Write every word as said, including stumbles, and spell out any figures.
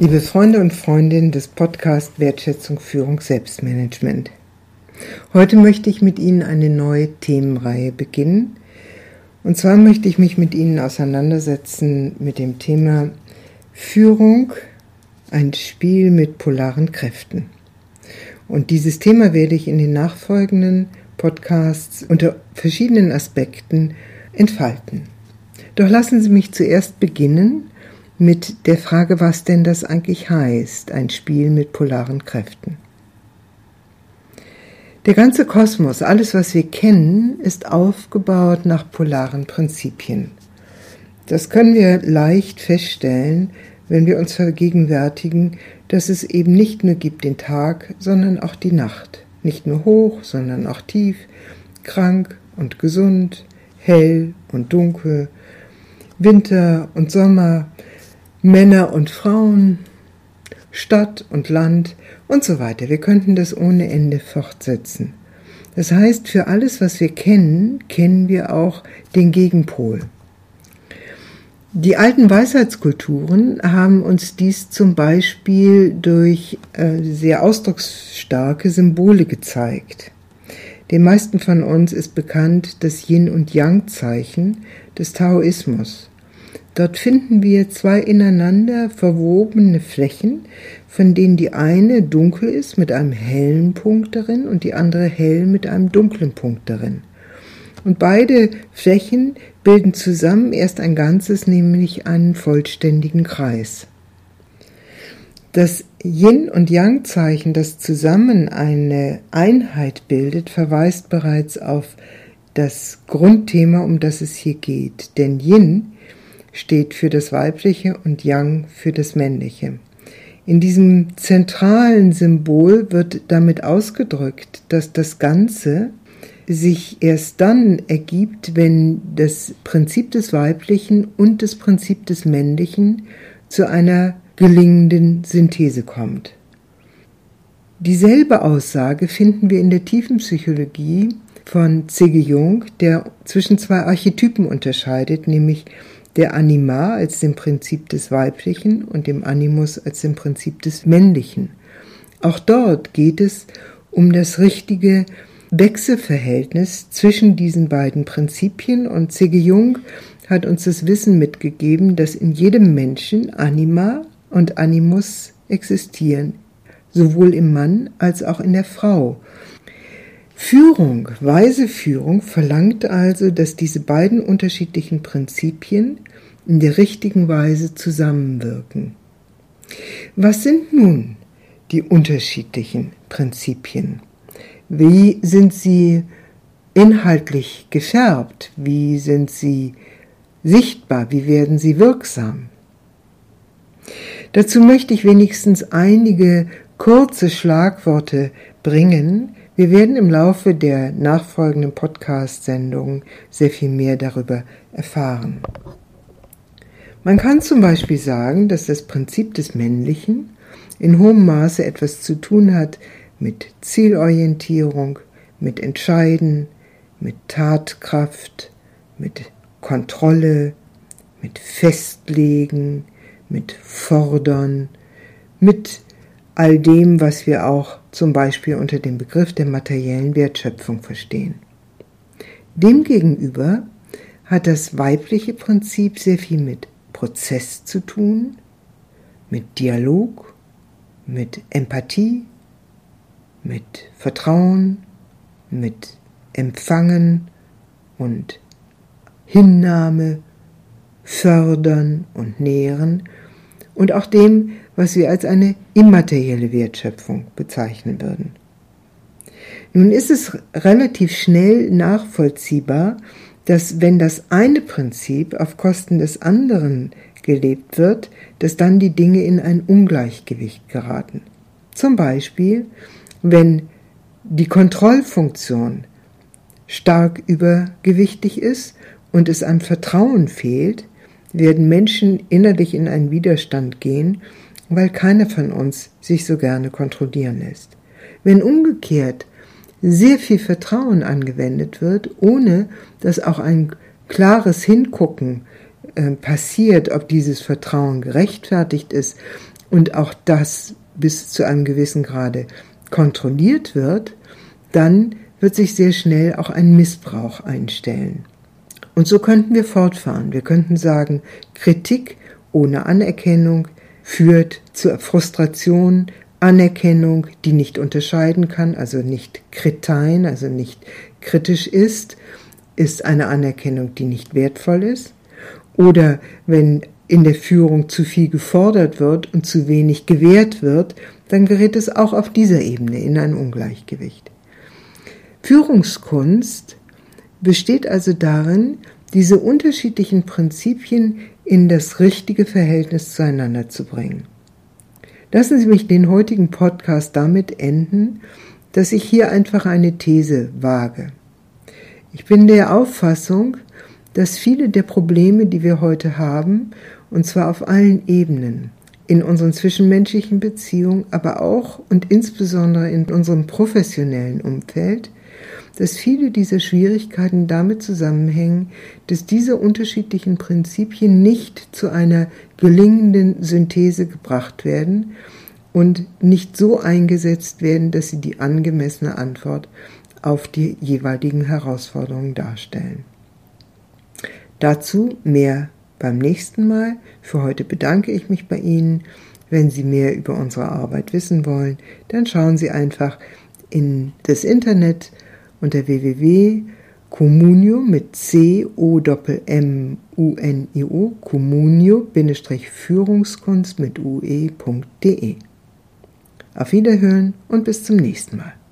Liebe Freunde und Freundinnen des Podcasts Wertschätzung, Führung, Selbstmanagement. Heute möchte ich mit Ihnen eine neue Themenreihe beginnen. Und zwar möchte ich mich mit Ihnen auseinandersetzen mit dem Thema Führung, ein Spiel mit polaren Kräften. Und dieses Thema werde ich in den nachfolgenden Podcasts unter verschiedenen Aspekten entfalten. Doch lassen Sie mich zuerst beginnen mit der Frage, was denn das eigentlich heißt, ein Spiel mit polaren Kräften. Der ganze Kosmos, alles was wir kennen, ist aufgebaut nach polaren Prinzipien. Das können wir leicht feststellen, wenn wir uns vergegenwärtigen, dass es eben nicht nur gibt den Tag, sondern auch die Nacht. Nicht nur hoch, sondern auch tief, krank und gesund, hell und dunkel, Winter und Sommer, Männer und Frauen, Stadt und Land und so weiter. Wir könnten das ohne Ende fortsetzen. Das heißt, für alles, was wir kennen, kennen wir auch den Gegenpol. Die alten Weisheitskulturen haben uns dies zum Beispiel durch äh, sehr ausdrucksstarke Symbole gezeigt. Den meisten von uns ist bekannt das Yin- und Yang-Zeichen des Taoismus. Dort finden wir zwei ineinander verwobene Flächen, von denen die eine dunkel ist mit einem hellen Punkt darin und die andere hell mit einem dunklen Punkt darin. Und beide Flächen bilden zusammen erst ein Ganzes, nämlich einen vollständigen Kreis. Das Yin- und Yang-Zeichen, das zusammen eine Einheit bildet, verweist bereits auf das Grundthema, um das es hier geht. Denn Yin steht für das Weibliche und Yang für das Männliche. In diesem zentralen Symbol wird damit ausgedrückt, dass das Ganze sich erst dann ergibt, wenn das Prinzip des Weiblichen und das Prinzip des Männlichen zu einer gelingenden Synthese kommt. Dieselbe Aussage finden wir in der Tiefenpsychologie von C G Jung, der zwischen zwei Archetypen unterscheidet, nämlich der Anima als dem Prinzip des Weiblichen und dem Animus als dem Prinzip des Männlichen. Auch dort geht es um das richtige Wechselverhältnis zwischen diesen beiden Prinzipien, und C G Jung hat uns das Wissen mitgegeben, dass in jedem Menschen Anima und Animus existieren, sowohl im Mann als auch in der Frau. Führung, weise Führung verlangt also, dass diese beiden unterschiedlichen Prinzipien in der richtigen Weise zusammenwirken. Was sind nun die unterschiedlichen Prinzipien? Wie sind sie inhaltlich gefärbt? Wie sind sie sichtbar? Wie werden sie wirksam? Dazu möchte ich wenigstens einige kurze Schlagworte bringen. Wir werden im Laufe der nachfolgenden Podcast-Sendungen sehr viel mehr darüber erfahren. Man kann zum Beispiel sagen, dass das Prinzip des Männlichen in hohem Maße etwas zu tun hat mit Zielorientierung, mit Entscheiden, mit Tatkraft, mit Kontrolle, mit Festlegen, mit Fordern, mit all dem, was wir auch zum Beispiel unter dem Begriff der materiellen Wertschöpfung verstehen. Demgegenüber hat das weibliche Prinzip sehr viel mit Prozess zu tun, mit Dialog, mit Empathie, mit Vertrauen, mit Empfangen und Hinnahme, Fördern und Nähren und auch dem, was wir als eine immaterielle Wertschöpfung bezeichnen würden. Nun ist es relativ schnell nachvollziehbar, dass wenn das eine Prinzip auf Kosten des anderen gelebt wird, dass dann die Dinge in ein Ungleichgewicht geraten. Zum Beispiel, wenn die Kontrollfunktion stark übergewichtig ist und es an Vertrauen fehlt, werden Menschen innerlich in einen Widerstand gehen, weil keiner von uns sich so gerne kontrollieren lässt. Wenn umgekehrt sehr viel Vertrauen angewendet wird, ohne dass auch ein klares Hingucken äh, passiert, ob dieses Vertrauen gerechtfertigt ist und auch das bis zu einem gewissen Grade kontrolliert wird, dann wird sich sehr schnell auch ein Missbrauch einstellen. Und so könnten wir fortfahren. Wir könnten sagen, Kritik ohne Anerkennung führt zu Frustration, Anerkennung, die nicht unterscheiden kann, also nicht kritein, also nicht kritisch ist, ist eine Anerkennung, die nicht wertvoll ist. Oder wenn in der Führung zu viel gefordert wird und zu wenig gewährt wird, dann gerät es auch auf dieser Ebene in ein Ungleichgewicht. Führungskunst besteht also darin, diese unterschiedlichen Prinzipien in das richtige Verhältnis zueinander zu bringen. Lassen Sie mich den heutigen Podcast damit enden, dass ich hier einfach eine These wage. Ich bin der Auffassung, dass viele der Probleme, die wir heute haben, und zwar auf allen Ebenen, in unseren zwischenmenschlichen Beziehungen, aber auch und insbesondere in unserem professionellen Umfeld, dass viele dieser Schwierigkeiten damit zusammenhängen, dass diese unterschiedlichen Prinzipien nicht zu einer gelingenden Synthese gebracht werden und nicht so eingesetzt werden, dass sie die angemessene Antwort auf die jeweiligen Herausforderungen darstellen. Dazu mehr beim nächsten Mal. Für heute bedanke ich mich bei Ihnen. Wenn Sie mehr über unsere Arbeit wissen wollen, dann schauen Sie einfach in das Internet unter w w w punkt communio mit C O M M U N I O communio-führungskunst mit ue punkt de. Auf Wiederhören und bis zum nächsten Mal.